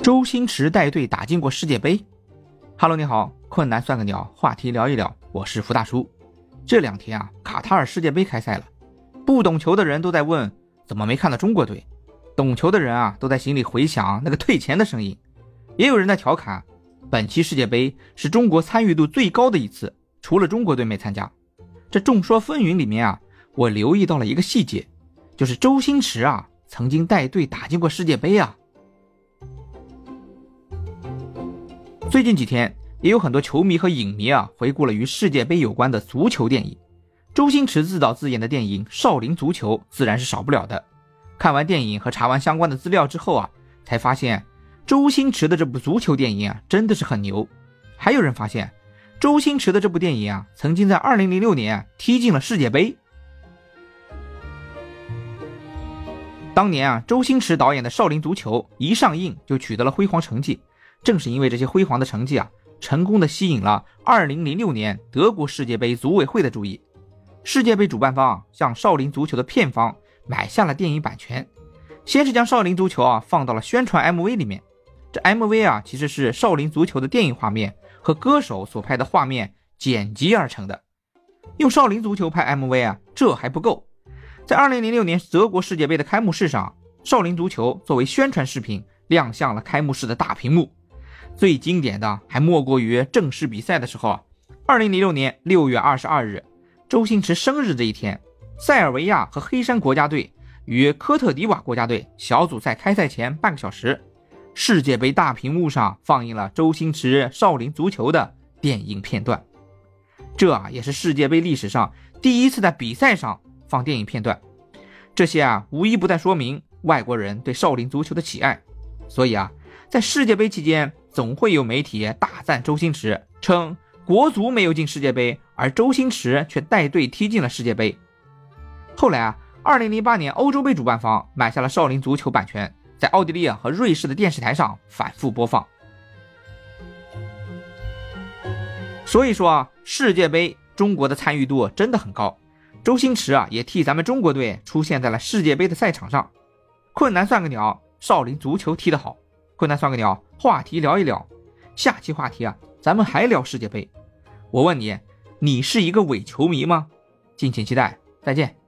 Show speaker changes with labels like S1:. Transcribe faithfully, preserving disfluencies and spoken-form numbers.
S1: 周星驰带队打进过世界杯。Hello， 你好，困难算个鸟，话题聊一聊，我是福大叔。这两天啊，卡塔尔世界杯开赛了，不懂球的人都在问，怎么没看到中国队？懂球的人啊，都在心里回想那个退钱的声音。也有人在调侃，本期世界杯是中国参与度最高的一次，除了中国队没参加。这众说纷纭里面啊，我留意到了一个细节，就是周星驰啊，曾经带队打进过世界杯啊。最近几天也有很多球迷和影迷啊回顾了与世界杯有关的足球电影，周星驰自导自演的电影《少林足球》自然是少不了的。看完电影和查完相关的资料之后啊，才发现周星驰的这部足球电影啊真的是很牛。还有人发现周星驰的这部电影啊曾经在二零零六年、啊、踢进了世界杯。当年啊周星驰导演的《少林足球》一上映就取得了辉煌成绩，正是因为这些辉煌的成绩啊，成功的吸引了二零零六年德国世界杯组委会的注意。世界杯主办方啊向少林足球的片方买下了电影版权，先是将少林足球啊放到了宣传 M V 里面。这 M V 啊其实是少林足球的电影画面和歌手所拍的画面剪辑而成的。用少林足球拍 M V 啊，这还不够。在二零零六年德国世界杯的开幕式上，少林足球作为宣传视频亮相了开幕式的大屏幕。最经典的还莫过于正式比赛的时候啊，二零零六年六月二十二日，周星驰生日这一天，塞尔维亚和黑山国家队与科特迪瓦国家队小组赛开赛前半个小时，世界杯大屏幕上放映了周星驰少林足球的电影片段。这啊也是世界杯历史上第一次在比赛上放电影片段。这些啊无一不在说明外国人对少林足球的喜爱。所以啊在世界杯期间，总会有媒体大赞周星驰，称国足没有进世界杯，而周星驰却带队踢进了世界杯。后来啊二零零八年欧洲杯主办方买下了少林足球版权，在奥地利和瑞士的电视台上反复播放。所以说啊世界杯中国的参与度真的很高，周星驰啊也替咱们中国队出现在了世界杯的赛场上。困难算个鸟，少林足球踢得好。困难算个鸟，话题聊一聊。下期话题啊咱们还聊世界杯。我问你，你是一个伪球迷吗？敬请期待，再见。